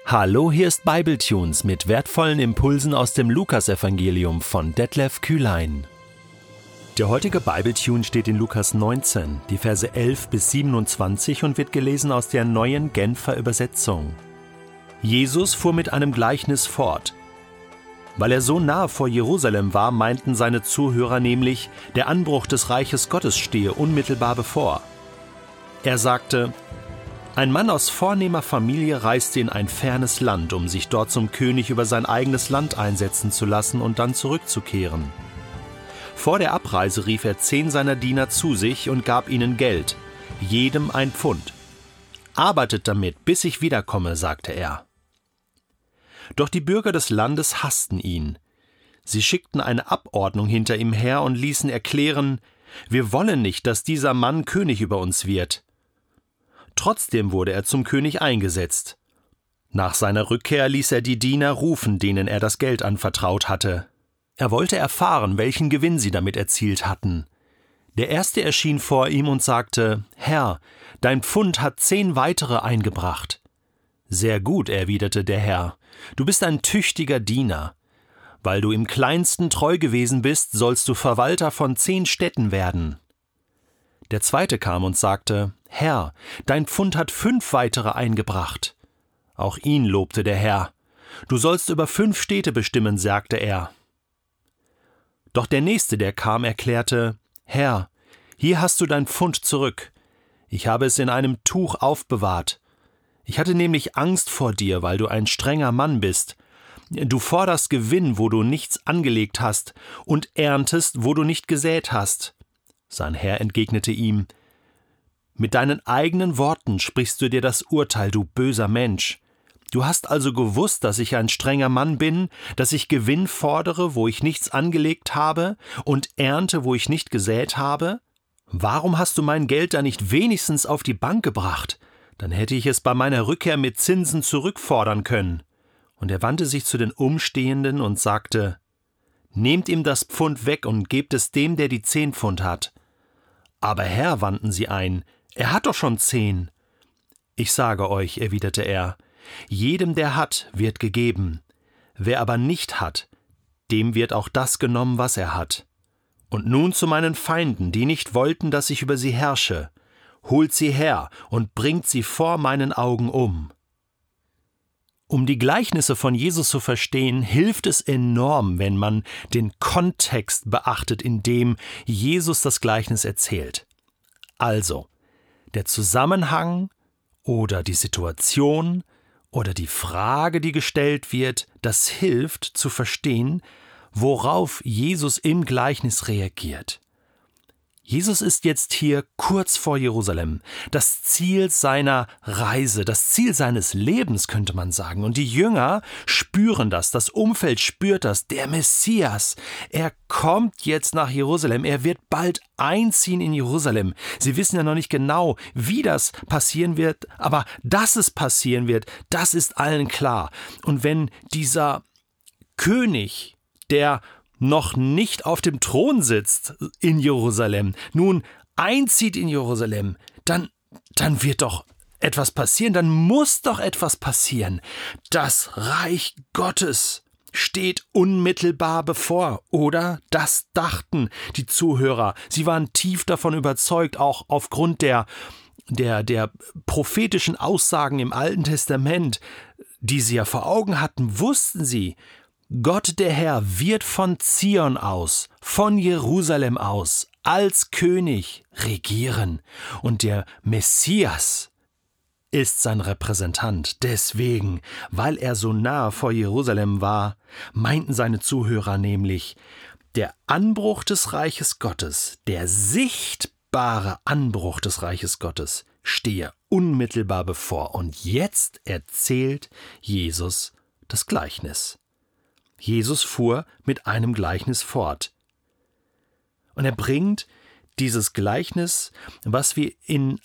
Hallo, hier ist Bibletunes mit wertvollen Impulsen aus dem Lukasevangelium von Detlef Kühlein. Der heutige Bibletune steht in Lukas 19, die Verse 11 bis 27 und wird gelesen aus der neuen Genfer Übersetzung. Jesus fuhr mit einem Gleichnis fort. Weil er so nahe vor Jerusalem war, meinten seine Zuhörer nämlich, der Anbruch des Reiches Gottes stehe unmittelbar bevor. Er sagte: Ein Mann aus vornehmer Familie reiste in ein fernes Land, um sich dort zum König über sein eigenes Land einsetzen zu lassen und dann zurückzukehren. Vor der Abreise rief er 10 seiner Diener zu sich und gab ihnen Geld, jedem ein Pfund. »Arbeitet damit, bis ich wiederkomme«, sagte er. Doch die Bürger des Landes hassten ihn. Sie schickten eine Abordnung hinter ihm her und ließen erklären: »Wir wollen nicht, dass dieser Mann König über uns wird.« Trotzdem wurde er zum König eingesetzt. Nach seiner Rückkehr ließ er die Diener rufen, denen er das Geld anvertraut hatte. Er wollte erfahren, welchen Gewinn sie damit erzielt hatten. Der Erste erschien vor ihm und sagte: »Herr, dein Pfund hat 10 weitere eingebracht.« »Sehr gut«, erwiderte der Herr, »du bist ein tüchtiger Diener. Weil du im Kleinsten treu gewesen bist, sollst du Verwalter von 10 Städten werden.« Der Zweite kam und sagte: »Herr, dein Pfund hat 5 weitere eingebracht.« Auch ihn lobte der Herr. »Du sollst über 5 Städte bestimmen«, sagte er. Doch der Nächste, der kam, erklärte: »Herr, hier hast du dein Pfund zurück. Ich habe es in einem Tuch aufbewahrt. Ich hatte nämlich Angst vor dir, weil du ein strenger Mann bist. Du forderst Gewinn, wo du nichts angelegt hast, und erntest, wo du nicht gesät hast.« Sein Herr entgegnete ihm: »Mit deinen eigenen Worten sprichst du dir das Urteil, du böser Mensch. Du hast also gewusst, dass ich ein strenger Mann bin, dass ich Gewinn fordere, wo ich nichts angelegt habe, und ernte, wo ich nicht gesät habe? Warum hast du mein Geld da nicht wenigstens auf die Bank gebracht? Dann hätte ich es bei meiner Rückkehr mit Zinsen zurückfordern können.« Und er wandte sich zu den Umstehenden und sagte: »Nehmt ihm das Pfund weg und gebt es dem, der die 10 Pfund hat.« »Aber Herr«, wandten sie ein, »er hat doch schon 10. »Ich sage euch«, erwiderte er, »jedem, der hat, wird gegeben. Wer aber nicht hat, dem wird auch das genommen, was er hat. Und nun zu meinen Feinden, die nicht wollten, dass ich über sie herrsche. Holt sie her und bringt sie vor meinen Augen um.« Um die Gleichnisse von Jesus zu verstehen, hilft es enorm, wenn man den Kontext beachtet, in dem Jesus das Gleichnis erzählt. Also, der Zusammenhang oder die Situation oder die Frage, die gestellt wird, das hilft zu verstehen, worauf Jesus im Gleichnis reagiert. Jesus ist jetzt hier kurz vor Jerusalem, das Ziel seiner Reise, das Ziel seines Lebens, könnte man sagen. Und die Jünger spüren das Umfeld spürt das, der Messias. Er kommt jetzt nach Jerusalem, er wird bald einziehen in Jerusalem. Sie wissen ja noch nicht genau, wie das passieren wird, aber dass es passieren wird, das ist allen klar. Und wenn dieser König, der noch nicht auf dem Thron sitzt in Jerusalem, nun einzieht in Jerusalem, dann wird doch etwas passieren, dann muss doch etwas passieren. Das Reich Gottes steht unmittelbar bevor, oder? Das dachten die Zuhörer. Sie waren tief davon überzeugt, auch aufgrund der prophetischen Aussagen im Alten Testament, die sie ja vor Augen hatten, wussten sie, Gott der Herr wird von Zion aus, von Jerusalem aus, als König regieren. Und der Messias ist sein Repräsentant. Deswegen, weil er so nah vor Jerusalem war, meinten seine Zuhörer nämlich, der Anbruch des Reiches Gottes, der sichtbare Anbruch des Reiches Gottes, stehe unmittelbar bevor. Und jetzt erzählt Jesus das Gleichnis. Jesus fuhr mit einem Gleichnis fort. Und er bringt dieses Gleichnis, was wir in einer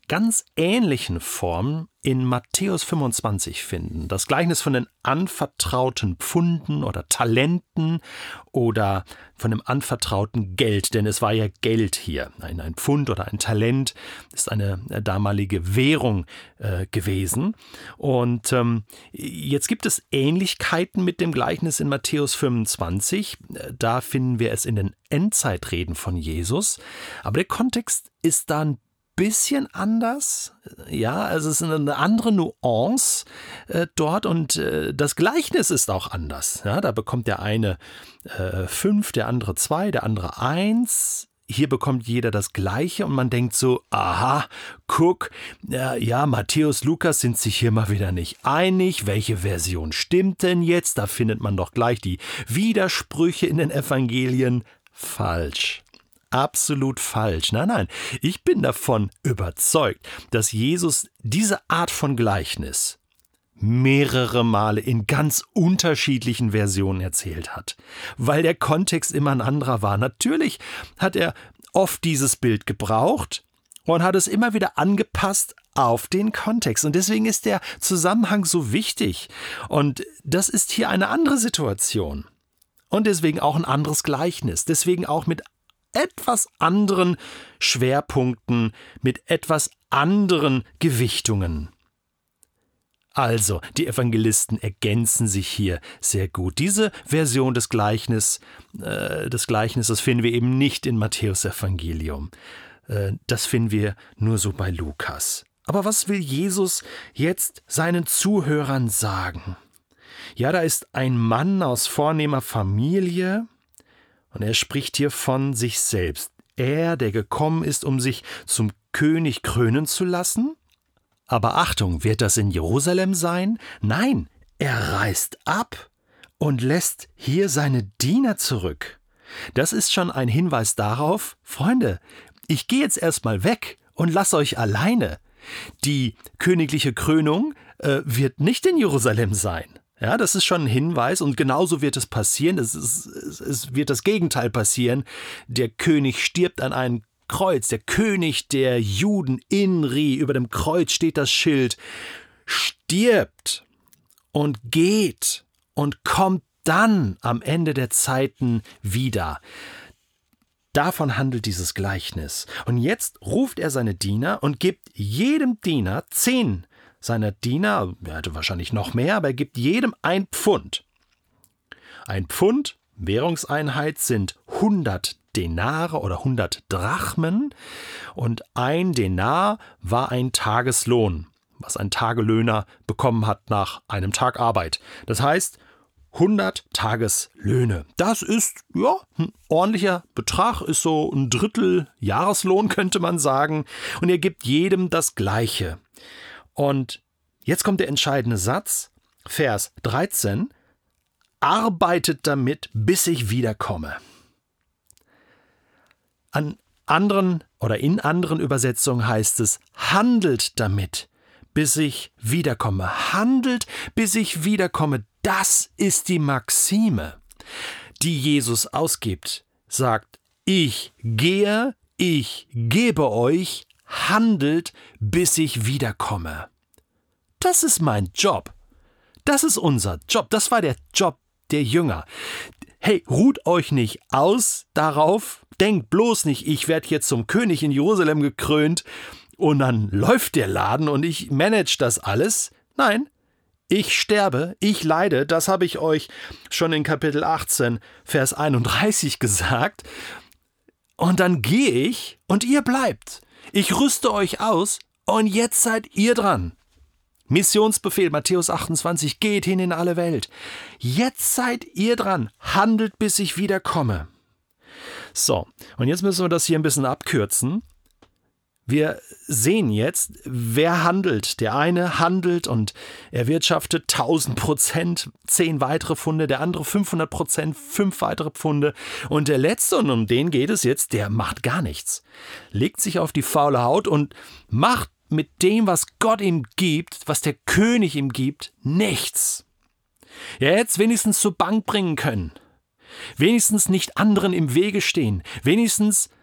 ganz ähnlichen Form in Matthäus 25 finden. Das Gleichnis von den anvertrauten Pfunden oder Talenten oder von dem anvertrauten Geld, denn es war ja Geld hier. Ein Pfund oder ein Talent ist eine damalige Währung gewesen. Und jetzt gibt es Ähnlichkeiten mit dem Gleichnis in Matthäus 25. Da finden wir es in den Endzeitreden von Jesus. Aber der Kontext ist da ein bisschen anders, ja, also es ist eine andere Nuance dort und das Gleichnis ist auch anders. Ja, da bekommt der eine 5, der andere 2, der andere 1. Hier bekommt jeder das Gleiche und man denkt so, aha, guck, ja, Matthäus, Lukas sind sich hier mal wieder nicht einig. Welche Version stimmt denn jetzt? Da findet man doch gleich die Widersprüche in den Evangelien. Falsch. Absolut falsch. Nein, ich bin davon überzeugt, dass Jesus diese Art von Gleichnis mehrere Male in ganz unterschiedlichen Versionen erzählt hat, weil der Kontext immer ein anderer war. Natürlich hat er oft dieses Bild gebraucht und hat es immer wieder angepasst auf den Kontext. Und deswegen ist der Zusammenhang so wichtig. Und das ist hier eine andere Situation. Und deswegen auch ein anderes Gleichnis. Deswegen auch mit etwas anderen Schwerpunkten, mit etwas anderen Gewichtungen. Also, die Evangelisten ergänzen sich hier sehr gut. Diese Version des Gleichnisses finden wir eben nicht in Matthäus Evangelium. Das finden wir nur so bei Lukas. Aber was will Jesus jetzt seinen Zuhörern sagen? Ja, da ist ein Mann aus vornehmer Familie, und er spricht hier von sich selbst. Er, der gekommen ist, um sich zum König krönen zu lassen? Aber Achtung, wird das in Jerusalem sein? Nein, er reist ab und lässt hier seine Diener zurück. Das ist schon ein Hinweis darauf, Freunde, ich gehe jetzt erstmal weg und lasse euch alleine. Die königliche Krönung wird nicht in Jerusalem sein. Ja, das ist schon ein Hinweis und genauso wird es passieren. Es wird das Gegenteil passieren. Der König stirbt an einem Kreuz. Der König der Juden, Inri, über dem Kreuz steht das Schild, stirbt und geht und kommt dann am Ende der Zeiten wieder. Davon handelt dieses Gleichnis. Und jetzt ruft er seine Diener und gibt jedem Diener 10 seiner Diener, er hatte wahrscheinlich noch mehr, aber er gibt jedem ein Pfund. Ein Pfund, Währungseinheit, sind 100 Denare oder 100 Drachmen und ein Denar war ein Tageslohn, was ein Tagelöhner bekommen hat nach einem Tag Arbeit. Das heißt, 100 Tageslöhne. Das ist ja ein ordentlicher Betrag, ist so ein Drittel Jahreslohn, könnte man sagen. Und er gibt jedem das Gleiche. Und jetzt kommt der entscheidende Satz, Vers 13, arbeitet damit, bis ich wiederkomme. An anderen oder in anderen Übersetzungen heißt es, handelt damit, bis ich wiederkomme. Handelt, bis ich wiederkomme. Das ist die Maxime, die Jesus ausgibt. Sagt, ich gehe, ich gebe euch, handelt, bis ich wiederkomme. Das ist mein Job. Das ist unser Job. Das war der Job der Jünger. Hey, ruht euch nicht aus darauf. Denkt bloß nicht, ich werde jetzt zum König in Jerusalem gekrönt und dann läuft der Laden und ich manage das alles. Nein, ich sterbe, ich leide. Das habe ich euch schon in Kapitel 18, Vers 31 gesagt. Und dann gehe ich und ihr bleibt. Ich rüste euch aus und jetzt seid ihr dran. Missionsbefehl, Matthäus 28, geht hin in alle Welt. Jetzt seid ihr dran, handelt, bis ich wiederkomme. So, und jetzt müssen wir das hier ein bisschen abkürzen. Wir sehen jetzt, wer handelt. Der eine handelt und erwirtschaftet 1000%, 10 weitere Pfunde, der andere 500%, 5 weitere Pfunde. Und der Letzte, und um den geht es jetzt, der macht gar nichts. Legt sich auf die faule Haut und macht mit dem, was Gott ihm gibt, was der König ihm gibt, nichts. Er hätte es wenigstens zur Bank bringen können. Wenigstens nicht anderen im Wege stehen. Wenigstens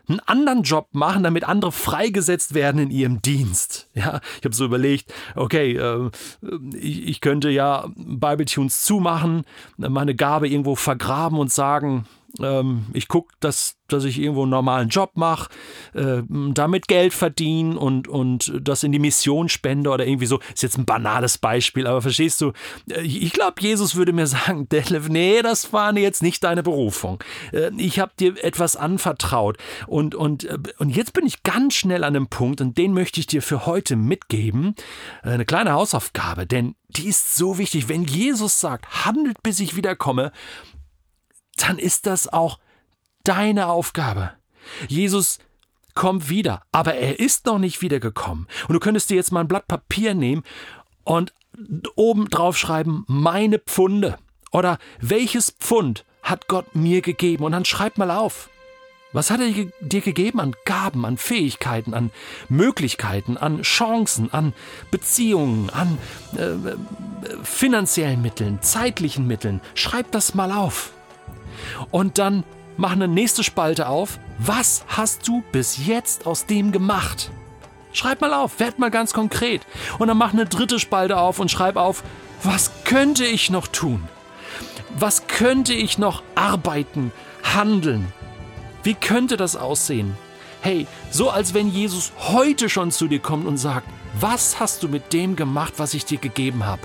einen anderen Job machen, damit andere freigesetzt werden in ihrem Dienst. Ja, ich habe so überlegt, okay, ich könnte ja Bibletunes zumachen, meine Gabe irgendwo vergraben und sagen, ich gucke, dass ich irgendwo einen normalen Job mache, damit Geld verdiene und das in die Mission spende oder irgendwie so. Ist jetzt ein banales Beispiel, aber verstehst du, ich glaube, Jesus würde mir sagen, Detlef, nee, das war jetzt nicht deine Berufung. Ich habe dir etwas anvertraut und jetzt bin ich ganz schnell an einem Punkt und den möchte ich dir für heute mitgeben. Eine kleine Hausaufgabe, denn die ist so wichtig. Wenn Jesus sagt, handelt bis ich wiederkomme, dann ist das auch deine Aufgabe. Jesus kommt wieder, aber er ist noch nicht wiedergekommen. Und du könntest dir jetzt mal ein Blatt Papier nehmen und oben drauf schreiben, meine Pfunde. Oder welches Pfund hat Gott mir gegeben? Und dann schreib mal auf. Was hat er dir gegeben an Gaben, an Fähigkeiten, an Möglichkeiten, an Chancen, an Beziehungen, an finanziellen Mitteln, zeitlichen Mitteln? Schreib das mal auf. Und dann mach eine nächste Spalte auf. Was hast du bis jetzt aus dem gemacht? Schreib mal auf, werd mal ganz konkret. Und dann mach eine dritte Spalte auf und schreib auf, was könnte ich noch tun? Was könnte ich noch arbeiten, handeln? Wie könnte das aussehen? Hey, so als wenn Jesus heute schon zu dir kommt und sagt, was hast du mit dem gemacht, was ich dir gegeben habe?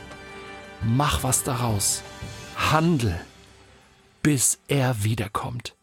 Mach was daraus. Handel, bis er wiederkommt.